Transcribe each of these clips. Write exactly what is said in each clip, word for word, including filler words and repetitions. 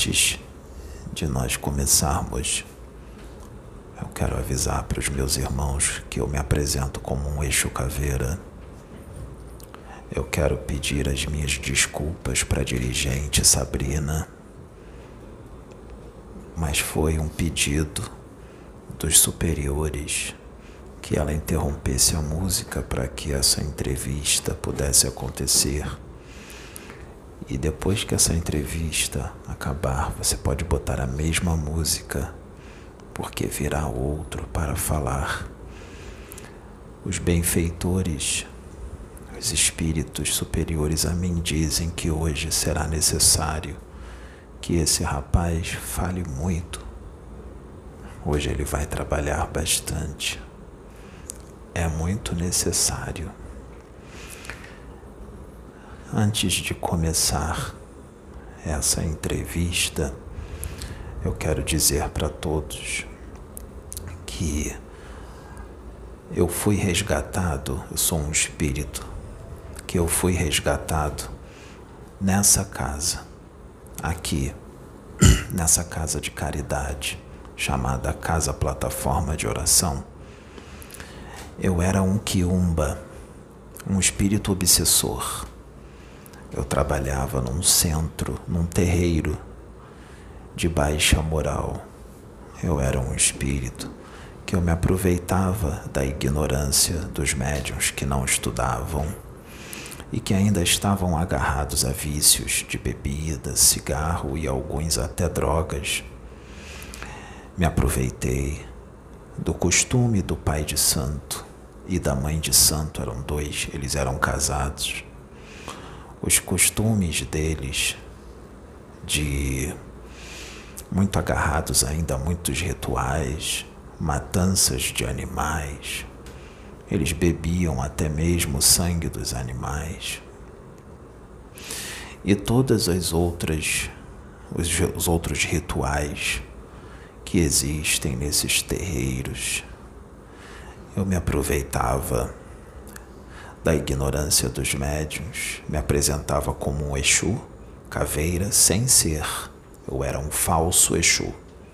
Antes de nós começarmos, eu quero avisar para os meus irmãos que eu me apresento como um Exu Caveira. Eu quero pedir as minhas desculpas para a dirigente Sabrina, mas foi um pedido dos superiores que ela interrompesse a música para que essa entrevista pudesse acontecer. E depois que essa entrevista acabar, você pode botar a mesma música, porque virá outro para falar. Os benfeitores, os espíritos superiores a mim dizem que hoje será necessário que esse rapaz fale muito. Hoje ele vai trabalhar bastante. É muito necessário. Antes de começar essa entrevista, eu quero dizer para todos que eu fui resgatado, eu sou um espírito, que eu fui resgatado nessa casa, aqui, nessa casa de caridade, chamada Casa Plataforma de Oração. Eu era um quiumba, um espírito obsessor. Eu trabalhava num centro, num terreiro de baixa moral. Eu era um espírito que eu me aproveitava da ignorância dos médiuns que não estudavam e que ainda estavam agarrados a vícios de bebida, cigarro e alguns até drogas. Me aproveitei do costume do pai de santo e da mãe de santo, eram dois, eles eram casados. Os costumes deles, de muito agarrados ainda a muitos rituais, matanças de animais. Eles bebiam até mesmo o sangue dos animais. E todas as outras, os, os outros rituais que existem nesses terreiros. Eu me aproveitava da ignorância dos médiuns, me apresentava como um Exu Caveira sem ser. Eu era um falso Exu.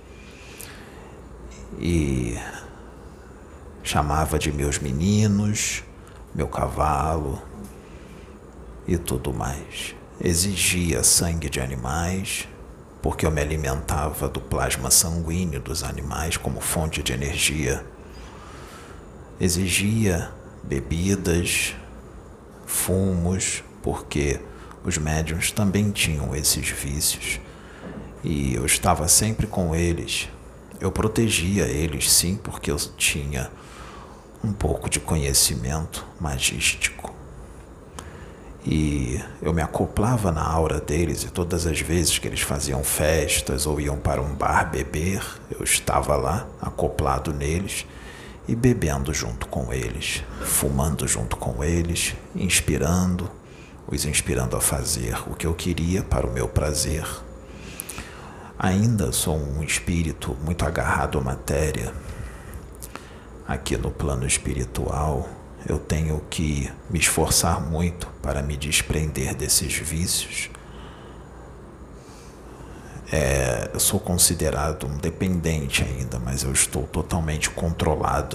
E chamava de meus meninos, meu cavalo e tudo mais. Exigia sangue de animais, porque eu me alimentava do plasma sanguíneo dos animais como fonte de energia. Exigia bebidas, fumos, porque os médiuns também tinham esses vícios. E eu estava sempre com eles. Eu protegia eles, sim, porque eu tinha um pouco de conhecimento magístico. E eu me acoplava na aura deles, e todas as vezes que eles faziam festas ou iam para um bar beber, eu estava lá, acoplado neles e bebendo junto com eles, fumando junto com eles, inspirando, os inspirando a fazer o que eu queria para o meu prazer. Ainda sou um espírito muito agarrado à matéria. Aqui no plano espiritual, eu tenho que me esforçar muito para me desprender desses vícios. É, eu sou considerado um dependente ainda, mas eu estou totalmente controlado.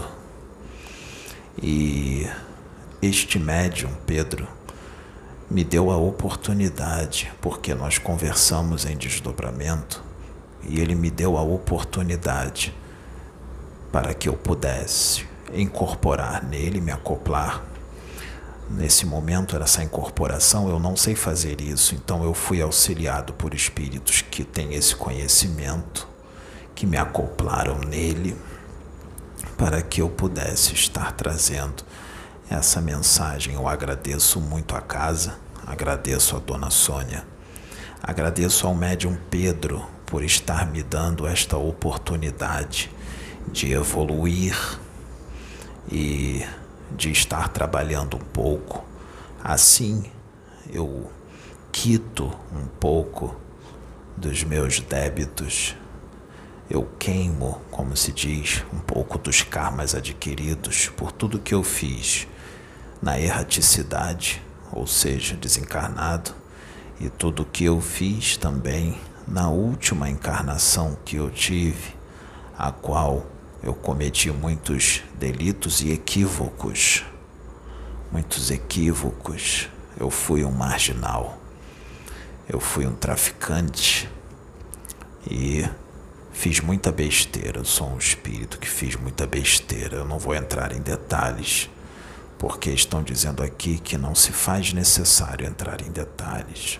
E este médium, Pedro, me deu a oportunidade, porque nós conversamos em desdobramento, e ele me deu a oportunidade para que eu pudesse incorporar nele, me acoplar. Nesse momento, essa incorporação, eu não sei fazer isso, então eu fui auxiliado por espíritos que têm esse conhecimento, que me acoplaram nele, para que eu pudesse estar trazendo essa mensagem. Eu agradeço muito a casa, agradeço a dona Sônia, agradeço ao médium Pedro por estar me dando esta oportunidade de evoluir e de estar trabalhando um pouco. Assim eu quito um pouco dos meus débitos, eu queimo, como se diz, um pouco dos karmas adquiridos por tudo que eu fiz na erraticidade, ou seja, desencarnado, e tudo que eu fiz também na última encarnação que eu tive, a qual eu cometi muitos delitos e equívocos, muitos equívocos. Eu fui um marginal, eu fui um traficante e fiz muita besteira. Eu sou um espírito que fiz muita besteira. Eu não vou entrar em detalhes, porque estão dizendo aqui que não se faz necessário entrar em detalhes.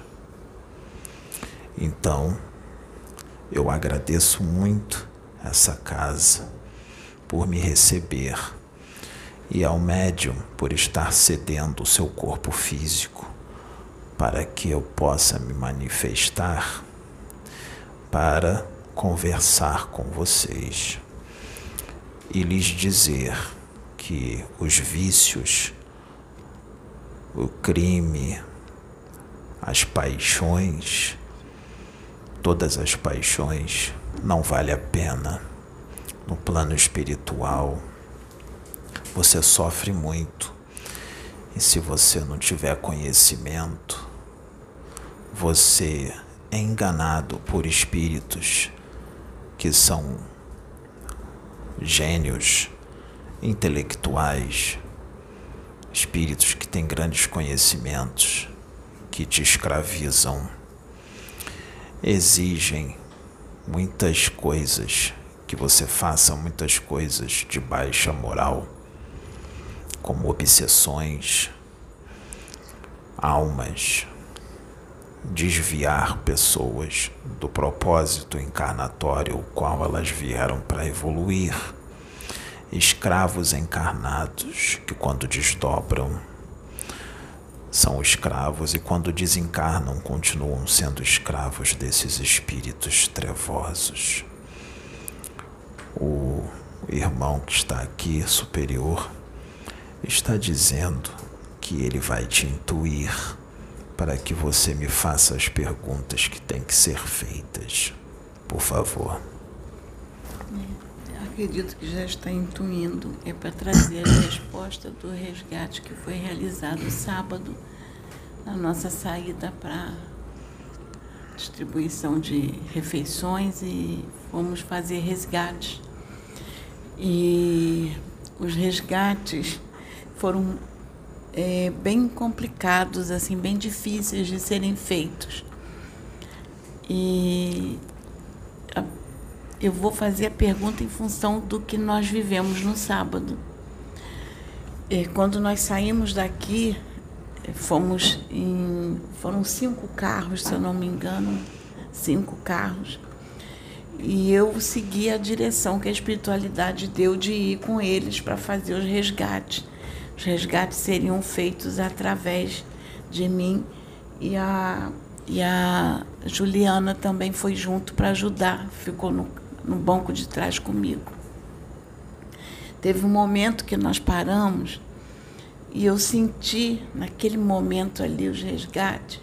Então, eu agradeço muito essa casa por me receber e ao médium por estar cedendo o seu corpo físico para que eu possa me manifestar para conversar com vocês e lhes dizer que os vícios, o crime, as paixões, todas as paixões não vale a pena. No plano espiritual, você sofre muito. E se você não tiver conhecimento, você é enganado por espíritos que são gênios intelectuais, espíritos que têm grandes conhecimentos, que te escravizam, exigem muitas coisas, que você faça muitas coisas de baixa moral, como obsessões, almas, desviar pessoas do propósito encarnatório, o qual elas vieram para evoluir, escravos encarnados que quando desdobram são escravos e quando desencarnam continuam sendo escravos desses espíritos trevosos. O irmão que está aqui, superior, está dizendo que ele vai te intuir para que você me faça as perguntas que têm que ser feitas. Por favor. Eu acredito que já está intuindo. É para trazer a resposta do resgate que foi realizado sábado, na nossa saída para distribuição de refeições, e fomos fazer resgates. E os resgates foram é, bem complicados, assim, bem difíceis de serem feitos. E a, eu vou fazer a pergunta em função do que nós vivemos no sábado. E quando nós saímos daqui, fomos em, foram cinco carros, se eu não me engano, cinco carros. E eu segui a direção que a espiritualidade deu de ir com eles para fazer os resgates. Os resgates seriam feitos através de mim, e a, e a Juliana também foi junto para ajudar, ficou no, no banco de trás comigo. Teve um momento que nós paramos e eu senti, naquele momento ali, os resgates,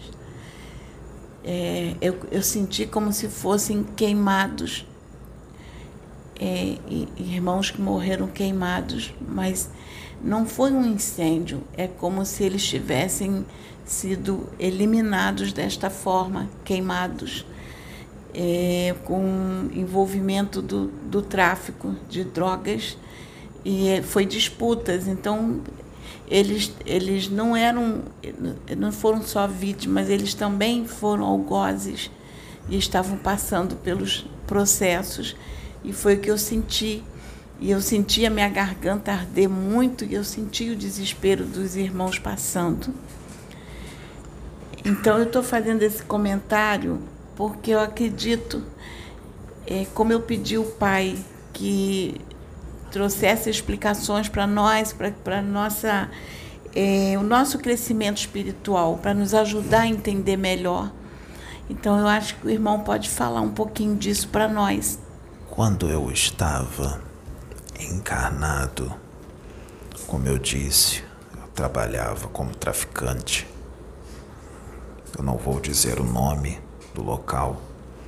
é, eu, eu senti como se fossem queimados, é, e, irmãos que morreram queimados, mas não foi um incêndio, é como se eles tivessem sido eliminados desta forma, queimados, é, com envolvimento do, do tráfico de drogas, e foi disputas. Então eles, eles não eram, não foram só vítimas, eles também foram algozes e estavam passando pelos processos, e foi o que eu senti. E eu senti a minha garganta arder muito, e eu senti o desespero dos irmãos passando. Então, eu estou fazendo esse comentário porque eu acredito, é, como eu pedi ao Pai que trouxesse explicações para nós, para nossa, é, o nosso crescimento espiritual, para nos ajudar a entender melhor. Então, eu acho que o irmão pode falar um pouquinho disso para nós. Quando eu estava encarnado, como eu disse, eu trabalhava como traficante. Eu não vou dizer o nome do local,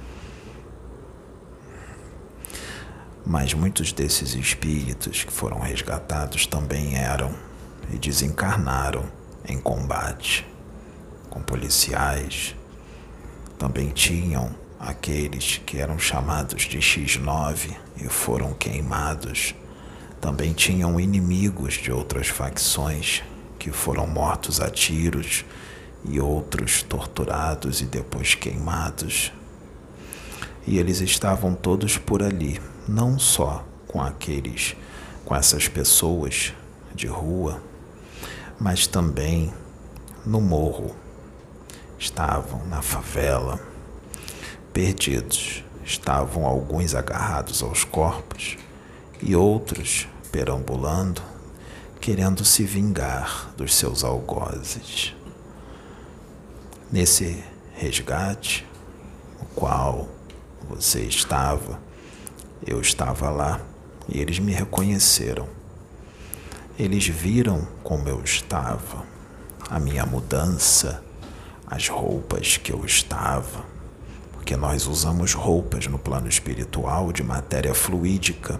mas muitos desses espíritos que foram resgatados também eram e desencarnaram em combate com policiais, também tinham aqueles que eram chamados de X nove e foram queimados, também tinham inimigos de outras facções que foram mortos a tiros e outros torturados e depois queimados. E eles estavam todos por ali, não só com aqueles, com essas pessoas de rua, mas também no morro. Estavam na favela, perdidos. Estavam alguns agarrados aos corpos e outros perambulando, querendo se vingar dos seus algozes. Nesse resgate, o qual você estava, eu estava lá e eles me reconheceram. Eles viram como eu estava, a minha mudança, as roupas que eu estava, porque nós usamos roupas no plano espiritual de matéria fluídica.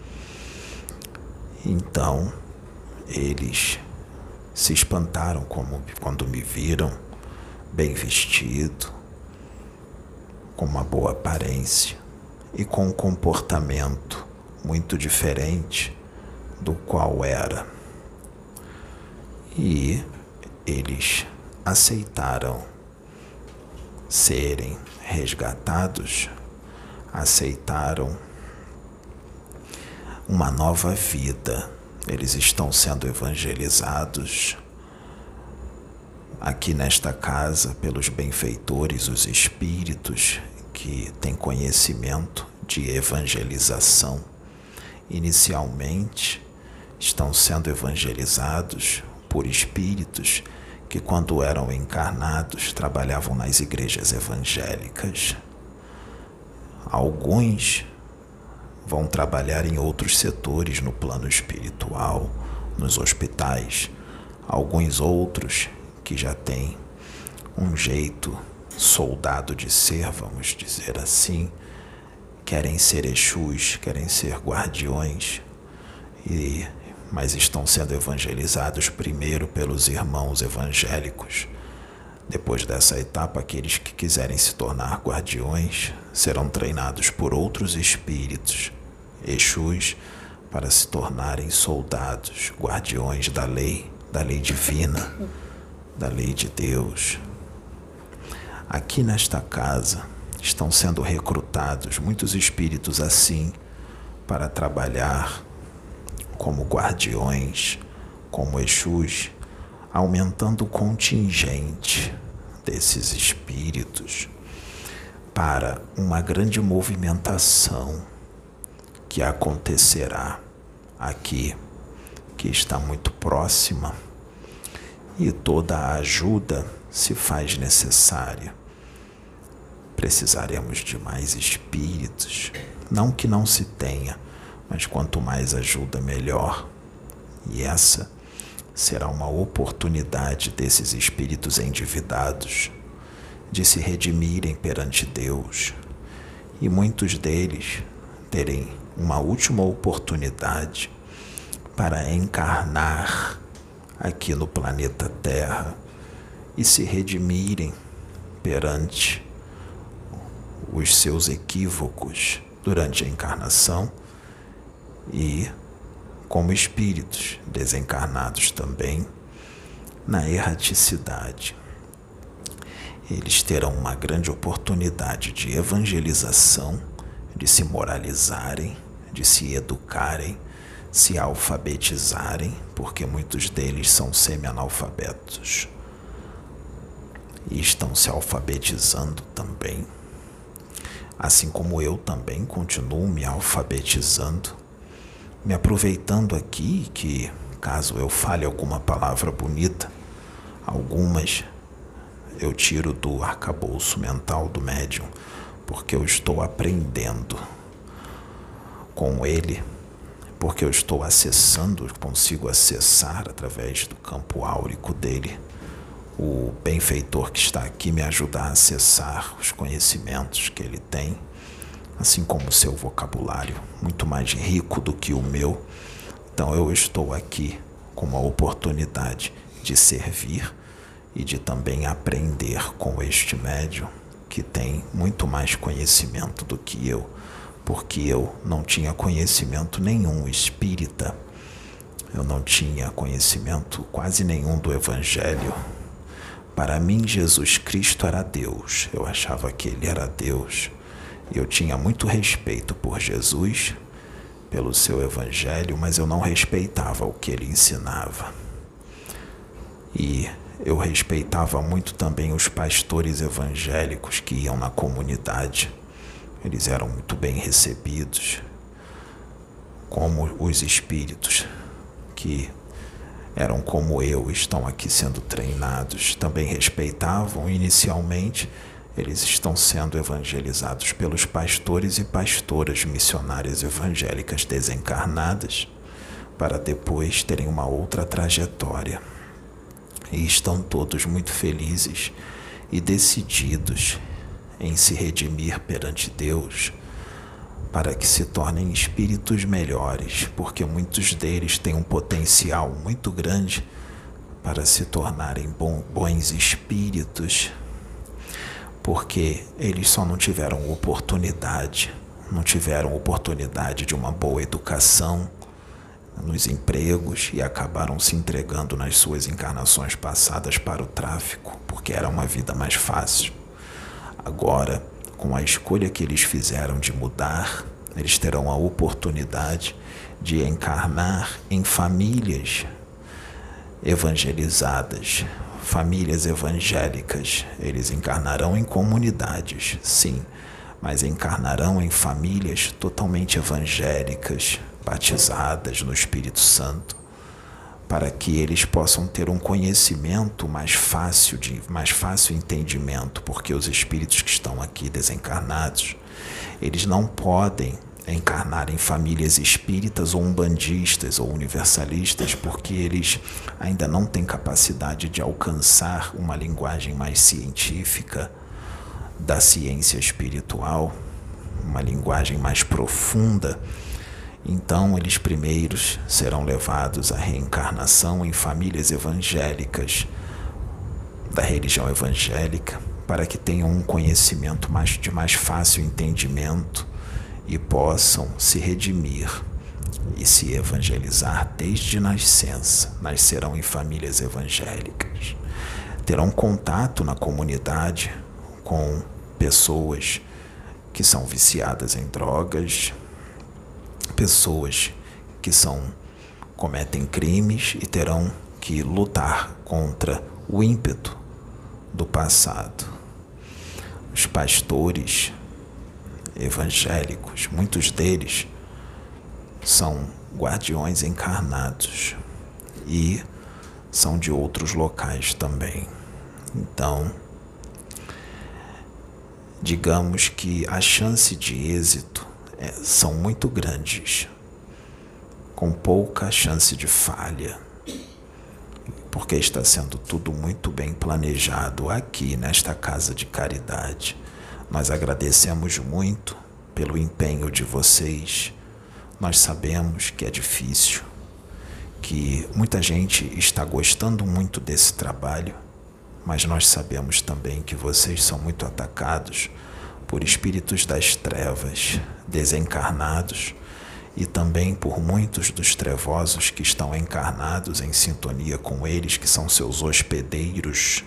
Então, eles se espantaram como, quando me viram bem vestido, com uma boa aparência e com um comportamento muito diferente do qual era. E eles aceitaram serem resgatados, aceitaram uma nova vida. Eles estão sendo evangelizados aqui nesta casa pelos benfeitores, os espíritos que têm conhecimento de evangelização. Inicialmente, estão sendo evangelizados por espíritos que, quando eram encarnados, trabalhavam nas igrejas evangélicas. Alguns vão trabalhar em outros setores no plano espiritual, nos hospitais. Alguns outros que já têm um jeito soldado de ser, vamos dizer assim, querem ser Exus, querem ser guardiões, e, mas estão sendo evangelizados primeiro pelos irmãos evangélicos. Depois dessa etapa, aqueles que quiserem se tornar guardiões serão treinados por outros espíritos, Exus, para se tornarem soldados, guardiões da lei, da lei divina, da lei de Deus. Aqui nesta casa estão sendo recrutados muitos espíritos assim para trabalhar como guardiões, como Exus, aumentando o contingente desses espíritos para uma grande movimentação que acontecerá aqui, que está muito próxima, e toda a ajuda se faz necessária. Precisaremos de mais espíritos, não que não se tenha, mas quanto mais ajuda, melhor. E essa será uma oportunidade desses espíritos endividados de se redimirem perante Deus, e muitos deles terem uma última oportunidade para encarnar aqui no planeta Terra e se redimirem perante os seus equívocos durante a encarnação e como espíritos desencarnados também na erraticidade. Eles terão uma grande oportunidade de evangelização, de se moralizarem, de se educarem, se alfabetizarem, porque muitos deles são semi-analfabetos e estão se alfabetizando também, assim como eu também continuo me alfabetizando, me aproveitando aqui que, caso eu fale alguma palavra bonita, algumas eu tiro do arcabouço mental do médium, porque eu estou aprendendo com ele, porque eu estou acessando, consigo acessar através do campo áurico dele. O benfeitor que está aqui me ajuda a acessar os conhecimentos que ele tem, assim como o seu vocabulário, muito mais rico do que o meu. Então eu estou aqui com uma oportunidade de servir e de também aprender com este médium que tem muito mais conhecimento do que eu, porque eu não tinha conhecimento nenhum espírita, eu não tinha conhecimento quase nenhum do Evangelho. Para mim, Jesus Cristo era Deus, eu achava que Ele era Deus. Eu tinha muito respeito por Jesus, pelo seu Evangelho, mas eu não respeitava o que Ele ensinava. E eu respeitava muito também os pastores evangélicos que iam na comunidade. Eles eram muito bem recebidos, como os espíritos que eram como eu, estão aqui sendo treinados. Também respeitavam inicialmente. Eles estão sendo evangelizados pelos pastores e pastoras missionárias evangélicas desencarnadas, para depois terem uma outra trajetória. E estão todos muito felizes e decididos em se redimir perante Deus, para que se tornem espíritos melhores, porque muitos deles têm um potencial muito grande para se tornarem bons espíritos, porque eles só não tiveram oportunidade, não tiveram oportunidade de uma boa educação nos empregos e acabaram se entregando nas suas encarnações passadas para o tráfico, porque era uma vida mais fácil. Agora, com a escolha que eles fizeram de mudar, eles terão a oportunidade de encarnar em famílias evangelizadas, famílias evangélicas. Eles encarnarão em comunidades, sim, mas encarnarão em famílias totalmente evangélicas, batizadas no Espírito Santo, para que eles possam ter um conhecimento mais fácil, de mais fácil entendimento, porque os espíritos que estão aqui desencarnados, eles não podem encarnar em famílias espíritas ou umbandistas ou universalistas, porque eles ainda não têm capacidade de alcançar uma linguagem mais científica da ciência espiritual, uma linguagem mais profunda. Então, eles primeiros serão levados à reencarnação em famílias evangélicas, da religião evangélica, para que tenham um conhecimento mais, de mais fácil entendimento e possam se redimir e se evangelizar desde nascença. Nascerão em famílias evangélicas. Terão contato na comunidade com pessoas que são viciadas em drogas, pessoas que são, cometem crimes e terão que lutar contra o ímpeto do passado. Os pastores evangélicos, muitos deles são guardiões encarnados e são de outros locais também. Então, digamos que a chance de êxito é, são muito grandes, com pouca chance de falha, porque está sendo tudo muito bem planejado aqui nesta casa de caridade. Nós agradecemos muito pelo empenho de vocês. Nós sabemos que é difícil, que muita gente está gostando muito desse trabalho, mas nós sabemos também que vocês são muito atacados por espíritos das trevas, desencarnados, e também por muitos dos trevosos que estão encarnados em sintonia com eles, que são seus hospedeiros.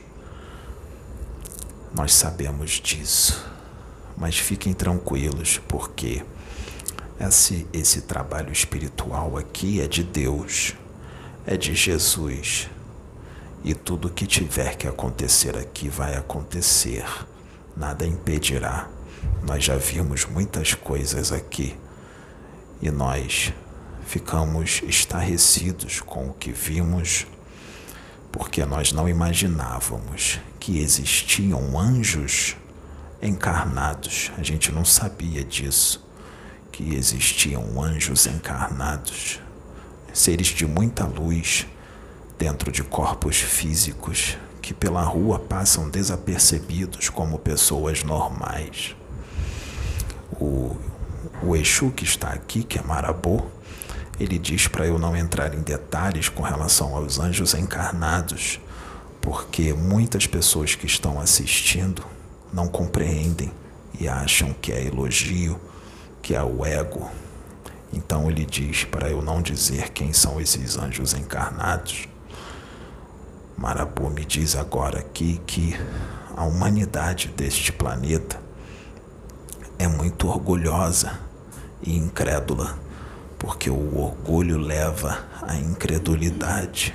Nós sabemos disso, mas fiquem tranquilos, porque esse, esse trabalho espiritual aqui é de Deus, é de Jesus, e tudo que tiver que acontecer aqui vai acontecer, nada impedirá. Nós já vimos muitas coisas aqui e nós ficamos estarrecidos com o que vimos, porque nós não imaginávamos que existiam anjos encarnados. A gente não sabia disso, que existiam anjos encarnados, seres de muita luz dentro de corpos físicos que pela rua passam desapercebidos como pessoas normais. O, o Exu que está aqui, que é Marabô, ele diz para eu não entrar em detalhes com relação aos anjos encarnados, porque muitas pessoas que estão assistindo não compreendem e acham que é elogio, que é o ego. Então ele diz para eu não dizer quem são esses anjos encarnados. Marabu me diz agora aqui que a humanidade deste planeta é muito orgulhosa e incrédula, porque o orgulho leva à incredulidade.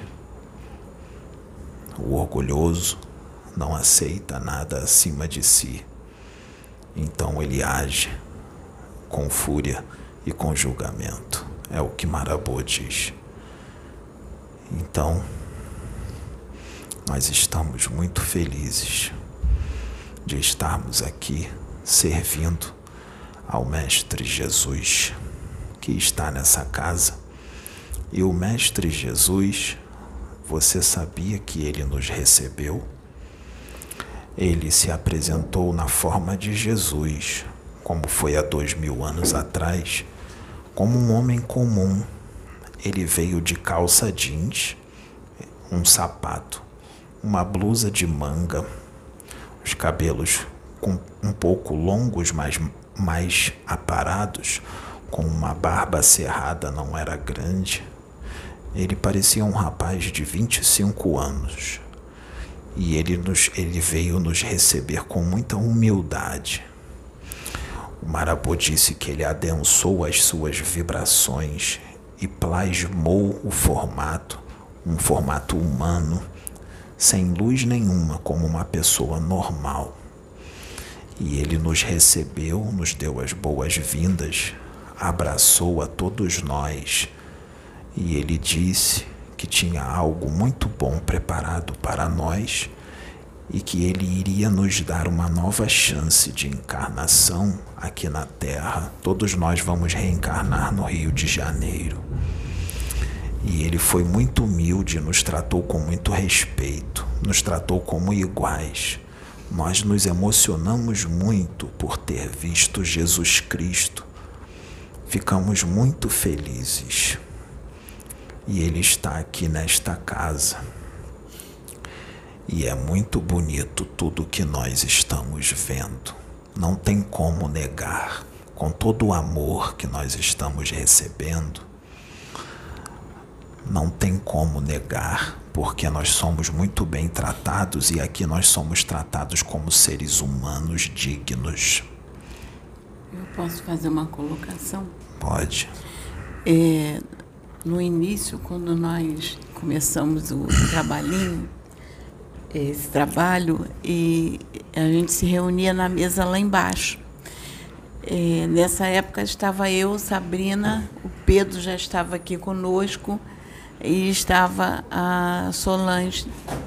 O orgulhoso não aceita nada acima de si, então ele age com fúria e com julgamento. É o que Marabu diz. Então, nós estamos muito felizes de estarmos aqui servindo ao Mestre Jesus, que está nessa casa. E o Mestre Jesus, você sabia que ele nos recebeu? Ele se apresentou na forma de Jesus, como foi há dois mil anos atrás, como um homem comum. Ele veio de calça jeans, um sapato, uma blusa de manga, os cabelos com um pouco longos, mas mais aparados, com uma barba cerrada, não era grande. Ele parecia um rapaz de vinte e cinco anos. E ele, nos, ele veio nos receber com muita humildade. O Marabu disse que ele adensou as suas vibrações e plasmou o formato, um formato humano, sem luz nenhuma, como uma pessoa normal. E ele nos recebeu, nos deu as boas-vindas, abraçou a todos nós, e ele disse que tinha algo muito bom preparado para nós e que ele iria nos dar uma nova chance de encarnação aqui na Terra. Todos nós vamos reencarnar no Rio de Janeiro. E ele foi muito humilde, nos tratou com muito respeito, nos tratou como iguais. Nós nos emocionamos muito por ter visto Jesus Cristo. Ficamos muito felizes. E ele está aqui nesta casa. E é muito bonito tudo que nós estamos vendo. Não tem como negar, com todo o amor que nós estamos recebendo. Não tem como negar, porque nós somos muito bem tratados e aqui nós somos tratados como seres humanos dignos. Eu posso fazer uma colocação? Pode. É, no início, quando nós começamos o trabalhinho, esse trabalho, e a gente se reunia na mesa lá embaixo. É, nessa época estava eu, Sabrina, o Pedro já estava aqui conosco, e estava a Solange.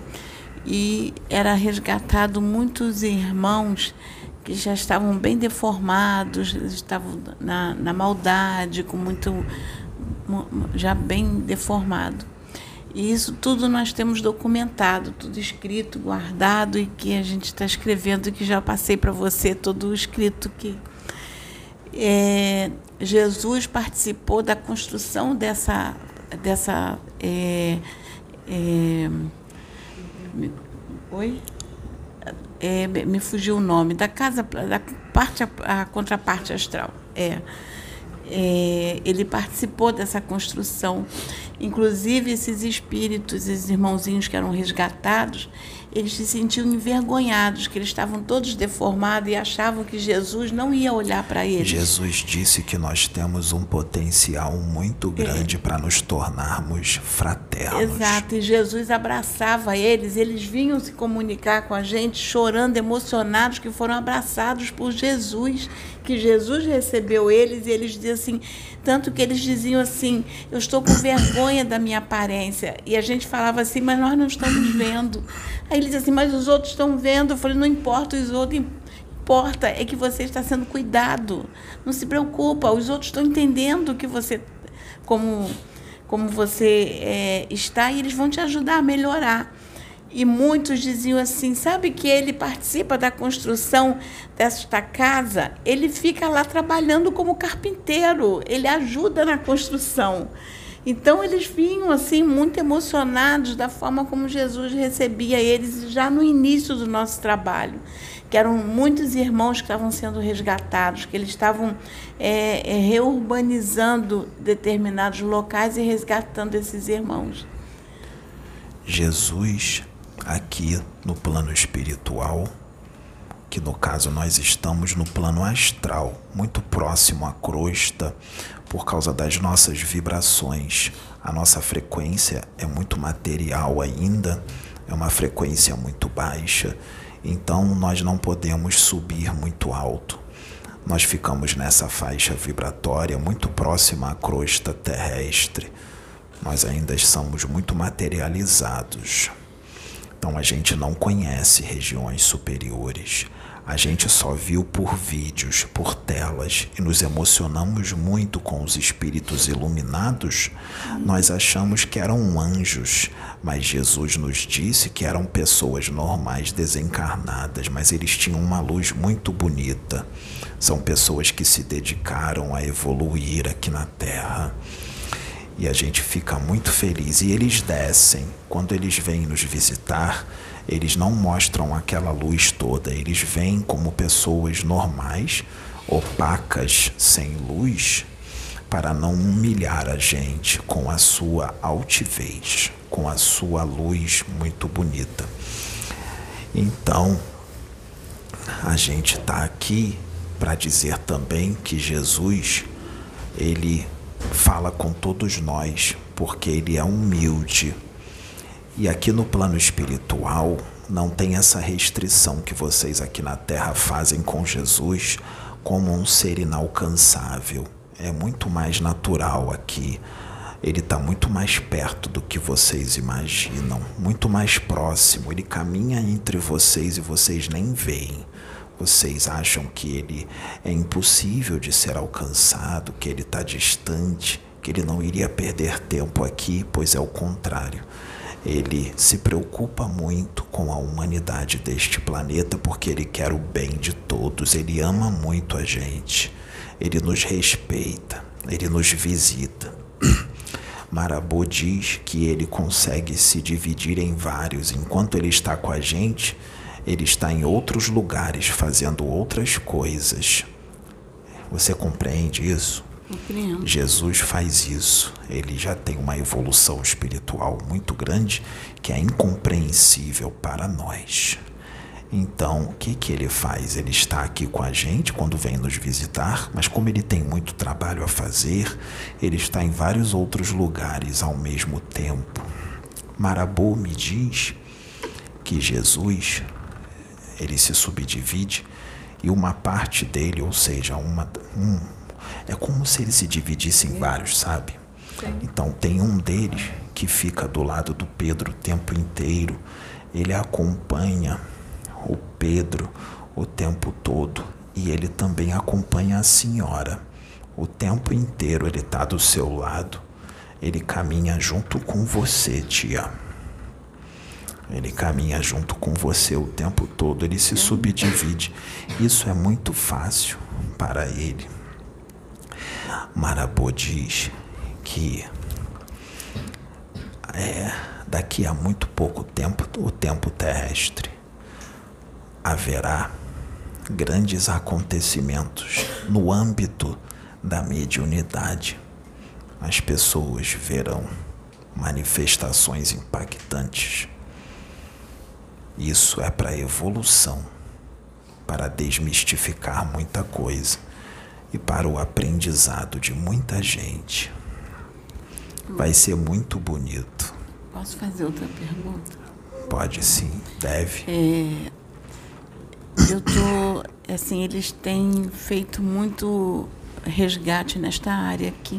E era resgatado muitos irmãos que já estavam bem deformados, estavam na, na maldade, com muito, já bem deformado. E isso tudo nós temos documentado, tudo escrito, guardado, e que a gente está escrevendo, que já passei para você todo o escrito que é, Jesus participou da construção dessa dessa é, é, me, oi é, me fugiu o nome da casa, da parte a, a contraparte astral. É, é, ele participou dessa construção. Inclusive esses espíritos, esses irmãozinhos que eram resgatados, eles se sentiam envergonhados, que eles estavam todos deformados e achavam que Jesus não ia olhar para eles. Jesus disse que nós temos um potencial muito grande é. para nos tornarmos fraternos. Exato, e Jesus abraçava eles, eles vinham se comunicar com a gente, chorando, emocionados, que foram abraçados por Jesus, que Jesus recebeu eles, e eles diziam assim, tanto que eles diziam assim, eu estou com vergonha da minha aparência, e a gente falava assim, mas nós não estamos vendo. Aí ele dizia assim, mas os outros estão vendo. Eu falei, não importa os outros, importa é que você está sendo cuidado, não se preocupa, os outros estão entendendo que você, como, como você é, está, e eles vão te ajudar a melhorar. E muitos diziam assim, sabe que ele participa da construção desta casa, ele fica lá trabalhando como carpinteiro, ele ajuda na construção. Então, eles vinham assim muito emocionados da forma como Jesus recebia eles já no início do nosso trabalho, que eram muitos irmãos que estavam sendo resgatados, que eles estavam é, é, reurbanizando determinados locais e resgatando esses irmãos. Jesus, aqui no plano espiritual, que no caso nós estamos no plano astral, muito próximo à crosta, por causa das nossas vibrações. A nossa frequência é muito material ainda, é uma frequência muito baixa, então nós não podemos subir muito alto. Nós ficamos nessa faixa vibratória muito próxima à crosta terrestre. Nós ainda somos muito materializados. Então a gente não conhece regiões superiores. A gente só viu por vídeos, por telas, e nos emocionamos muito com os espíritos iluminados. Nós achamos que eram anjos, mas Jesus nos disse que eram pessoas normais desencarnadas, mas eles tinham uma luz muito bonita. São pessoas que se dedicaram a evoluir aqui na Terra. E a gente fica muito feliz. E eles descem. Quando eles vêm nos visitar, eles não mostram aquela luz toda. Eles vêm como pessoas normais, opacas, sem luz, para não humilhar a gente com a sua altivez, com a sua luz muito bonita. Então, a gente está aqui para dizer também que Jesus, ele fala com todos nós, porque ele é humilde. E aqui no plano espiritual não tem essa restrição que vocês aqui na Terra fazem com Jesus como um ser inalcançável. É muito mais natural aqui. Ele está muito mais perto do que vocês imaginam, muito mais próximo. Ele caminha entre vocês e vocês nem veem. Vocês acham que ele é impossível de ser alcançado, que ele está distante, que ele não iria perder tempo aqui, pois é o contrário. Ele se preocupa muito com a humanidade deste planeta porque ele quer o bem de todos, ele ama muito a gente, ele nos respeita, ele nos visita. Marabô diz que ele consegue se dividir em vários. Enquanto ele está com a gente, ele está em outros lugares fazendo outras coisas. Você compreende isso? Compreendo. Jesus faz isso. Ele já tem uma evolução espiritual muito grande que é incompreensível para nós. Então, o que que ele faz? Ele está aqui com a gente quando vem nos visitar, mas como ele tem muito trabalho a fazer, ele está em vários outros lugares ao mesmo tempo. Marabô me diz que Jesus, ele se subdivide e uma parte dele, ou seja, uma, um, é como se ele se dividisse em vários, sabe? Sim. Então tem um deles que fica do lado do Pedro o tempo inteiro, ele acompanha o Pedro o tempo todo e ele também acompanha a senhora. O tempo inteiro ele está do seu lado, ele caminha junto com você, tia. Ele caminha junto com você o tempo todo, ele se subdivide. Isso é muito fácil para ele. Marabô diz que é, daqui a muito pouco tempo, o tempo terrestre, haverá grandes acontecimentos no âmbito da mediunidade. As pessoas verão manifestações impactantes. Isso é para evolução, para desmistificar muita coisa e para o aprendizado de muita gente. Vai ser muito bonito. Posso fazer outra pergunta? Pode sim, deve. É, eu tô, assim, eles têm feito muito resgate nesta área aqui.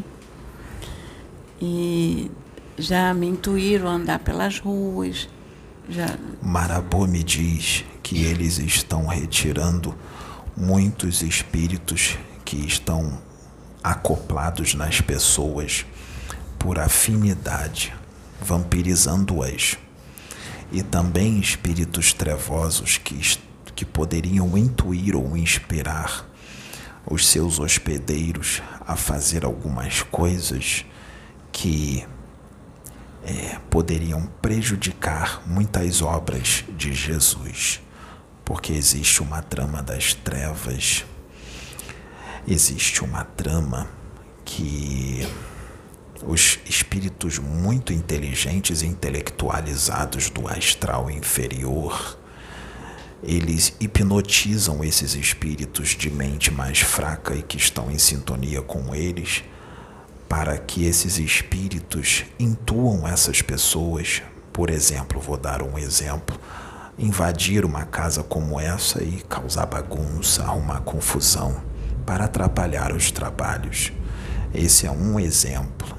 E já me intuíram a andar pelas ruas. Já... Marabô me diz que eles estão retirando muitos espíritos que estão acoplados nas pessoas por afinidade, vampirizando-as. E também espíritos trevosos que, que poderiam intuir ou inspirar os seus hospedeiros a fazer algumas coisas que é, poderiam prejudicar muitas obras de Jesus, porque existe uma trama das trevas, existe uma trama que os espíritos muito inteligentes e intelectualizados do astral inferior, eles hipnotizam esses espíritos de mente mais fraca e que estão em sintonia com eles, para que esses espíritos intuam essas pessoas. Por exemplo, vou dar um exemplo, invadir uma casa como essa e causar bagunça, arrumar confusão, para atrapalhar os trabalhos. Esse é um exemplo.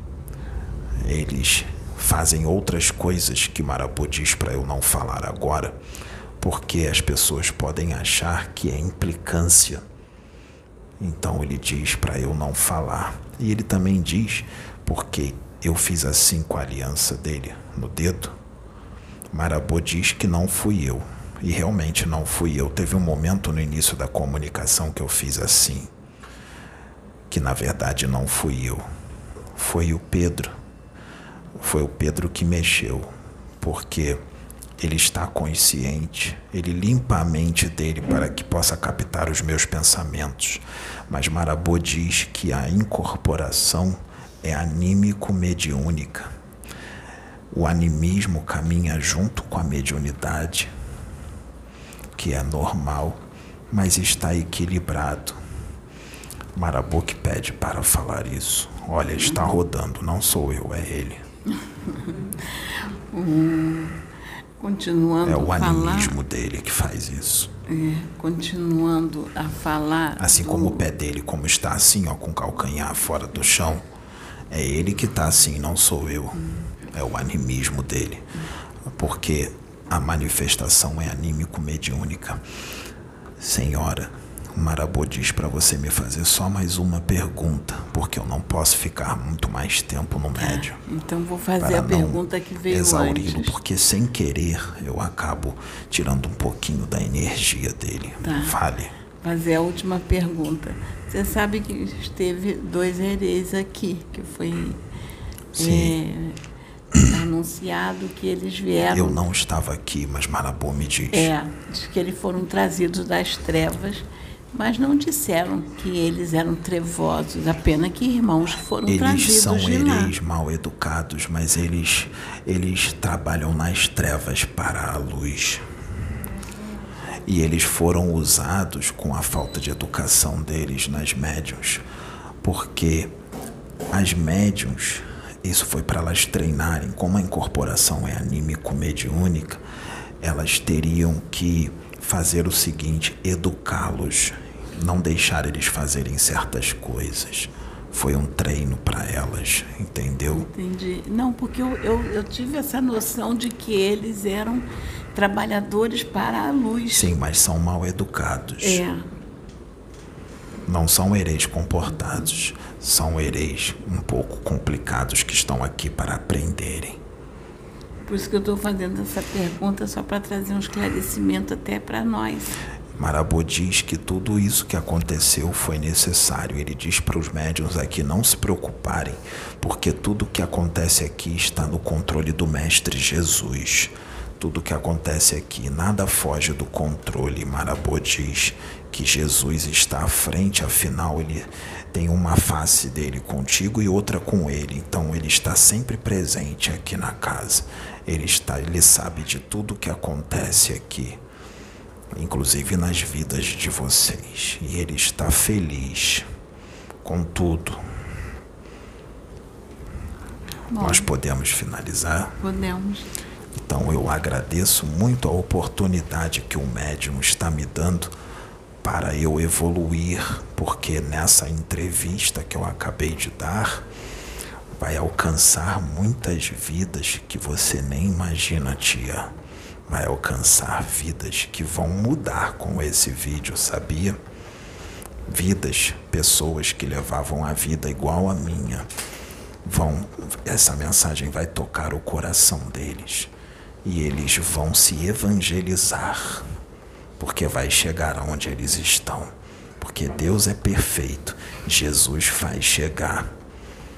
Eles fazem outras coisas que Marabout diz para eu não falar agora, porque as pessoas podem achar que é implicância. Então ele diz para eu não falar. E ele também diz, porque eu fiz assim com a aliança dele no dedo, Marabout diz que não fui eu. E realmente não fui eu. Teve um momento no início da comunicação que eu fiz assim, que na verdade não fui eu. Foi o Pedro. Foi o Pedro que mexeu, porque ele está consciente, ele limpa a mente dele para que possa captar os meus pensamentos. Mas Marabout diz que a incorporação é anímico-mediúnica. O animismo caminha junto com a mediunidade, que é normal, mas está equilibrado. Marabout que pede para falar isso. Olha, está rodando, não sou eu, é ele. hum, continuando é o a falar, animismo dele que faz isso. É, continuando a falar. Assim do... como o pé dele, como está assim, ó, com o calcanhar fora do chão, é ele que está assim, não sou eu. Hum. É o animismo dele. Hum. Porque a manifestação é anímico-mediúnica. Senhora, o Marabout diz para você me fazer só mais uma pergunta, porque eu não posso ficar muito mais tempo no médium. É, então vou fazer a pergunta que veio exauri-lo, antes. Porque sem querer eu acabo tirando um pouquinho da energia dele. Tá. Fale. Fazer a última pergunta. Você sabe que esteve dois hereis aqui, que foi é, anunciado que eles vieram... Eu não estava aqui, mas Marabout me diz. É, diz que eles foram trazidos das trevas, mas não disseram que eles eram trevosos, apenas que irmãos foram eles trazidos de lá. Eles são hereis mal educados, mas eles, eles trabalham nas trevas para a luz. E eles foram usados com a falta de educação deles nas médiuns, porque as médiuns, isso foi para elas treinarem, como a incorporação é anímico-mediúnica, elas teriam que fazer o seguinte, educá-los, não deixar eles fazerem certas coisas. Foi um treino para elas, entendeu? Entendi. Não, porque eu, eu, eu tive essa noção de que eles eram trabalhadores para a luz. Sim, mas são mal educados. É. Não são hereis comportados, são hereis um pouco complicados que estão aqui para aprenderem. Por isso que eu estou fazendo essa pergunta, só para trazer um esclarecimento até para nós. Marabout diz que tudo isso que aconteceu foi necessário. Ele diz para os médiuns aqui não se preocuparem, porque tudo que acontece aqui está no controle do Mestre Jesus. Tudo que acontece aqui, nada foge do controle. Marabout diz que Jesus está à frente, afinal ele tem uma face dele contigo e outra com ele. Então ele está sempre presente aqui na casa. Ele, está, ele sabe de tudo que acontece aqui, inclusive nas vidas de vocês. E ele está feliz com tudo. Bom, nós podemos finalizar? Podemos. Então eu agradeço muito a oportunidade que o médium está me dando para eu evoluir, porque nessa entrevista que eu acabei de dar, vai alcançar muitas vidas que você nem imagina, tia. Vai alcançar vidas que vão mudar com esse vídeo, sabia? Vidas, pessoas que levavam a vida igual a minha, vão, essa mensagem vai tocar o coração deles e eles vão se evangelizar, porque vai chegar aonde eles estão, porque Deus é perfeito, Jesus faz chegar.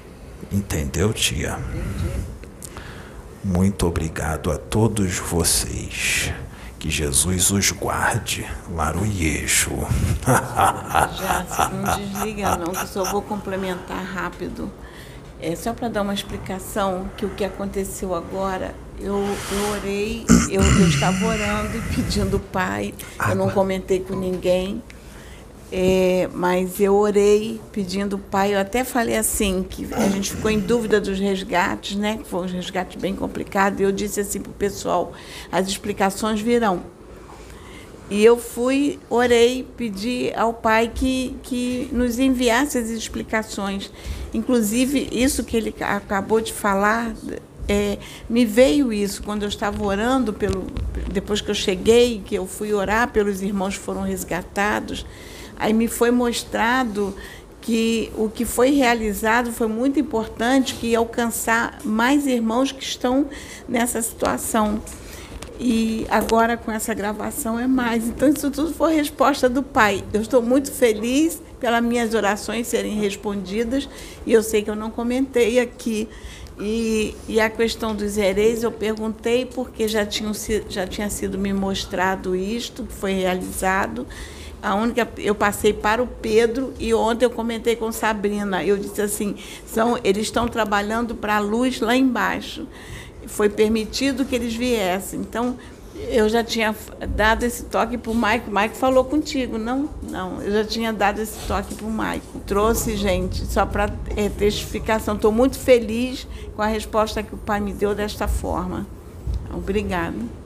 Entendeu, tia? Entendi. Muito obrigado a todos vocês. Que Jesus os guarde. Laruiejo. Já, não desliga não, que só vou complementar rápido. É só para dar uma explicação que o que aconteceu agora, eu, eu orei, eu, eu estava orando e pedindo o Pai, eu não comentei com ninguém, é, mas eu orei pedindo o Pai, eu até falei assim, que a gente ficou em dúvida dos resgates, né, que foi um resgate bem complicado, e eu disse assim para o pessoal, as explicações virão. E eu fui, orei, pedi ao Pai que, que nos enviasse as explicações. Inclusive, isso que ele acabou de falar, é, me veio isso quando eu estava orando, pelo, depois que eu cheguei, que eu fui orar pelos irmãos que foram resgatados, aí me foi mostrado que o que foi realizado foi muito importante, que ia alcançar mais irmãos que estão nessa situação. E agora com essa gravação é mais. Então isso tudo foi resposta do Pai. Eu estou muito feliz pelas minhas orações serem respondidas e eu sei que eu não comentei aqui. E, e a questão dos hereis eu perguntei porque já, tinham, já tinha sido me mostrado isto, que foi realizado. A única, eu passei para o Pedro e ontem eu comentei com Sabrina. Eu disse assim, são, eles estão trabalhando para a luz lá embaixo. Foi permitido que eles viessem. Então, eu já tinha dado esse toque para o Maico. O Maico falou contigo, não? Não, eu já tinha dado esse toque para o Maico. Trouxe, gente, só para é, testificação. Estou muito feliz com a resposta que o Pai me deu desta forma. Obrigada.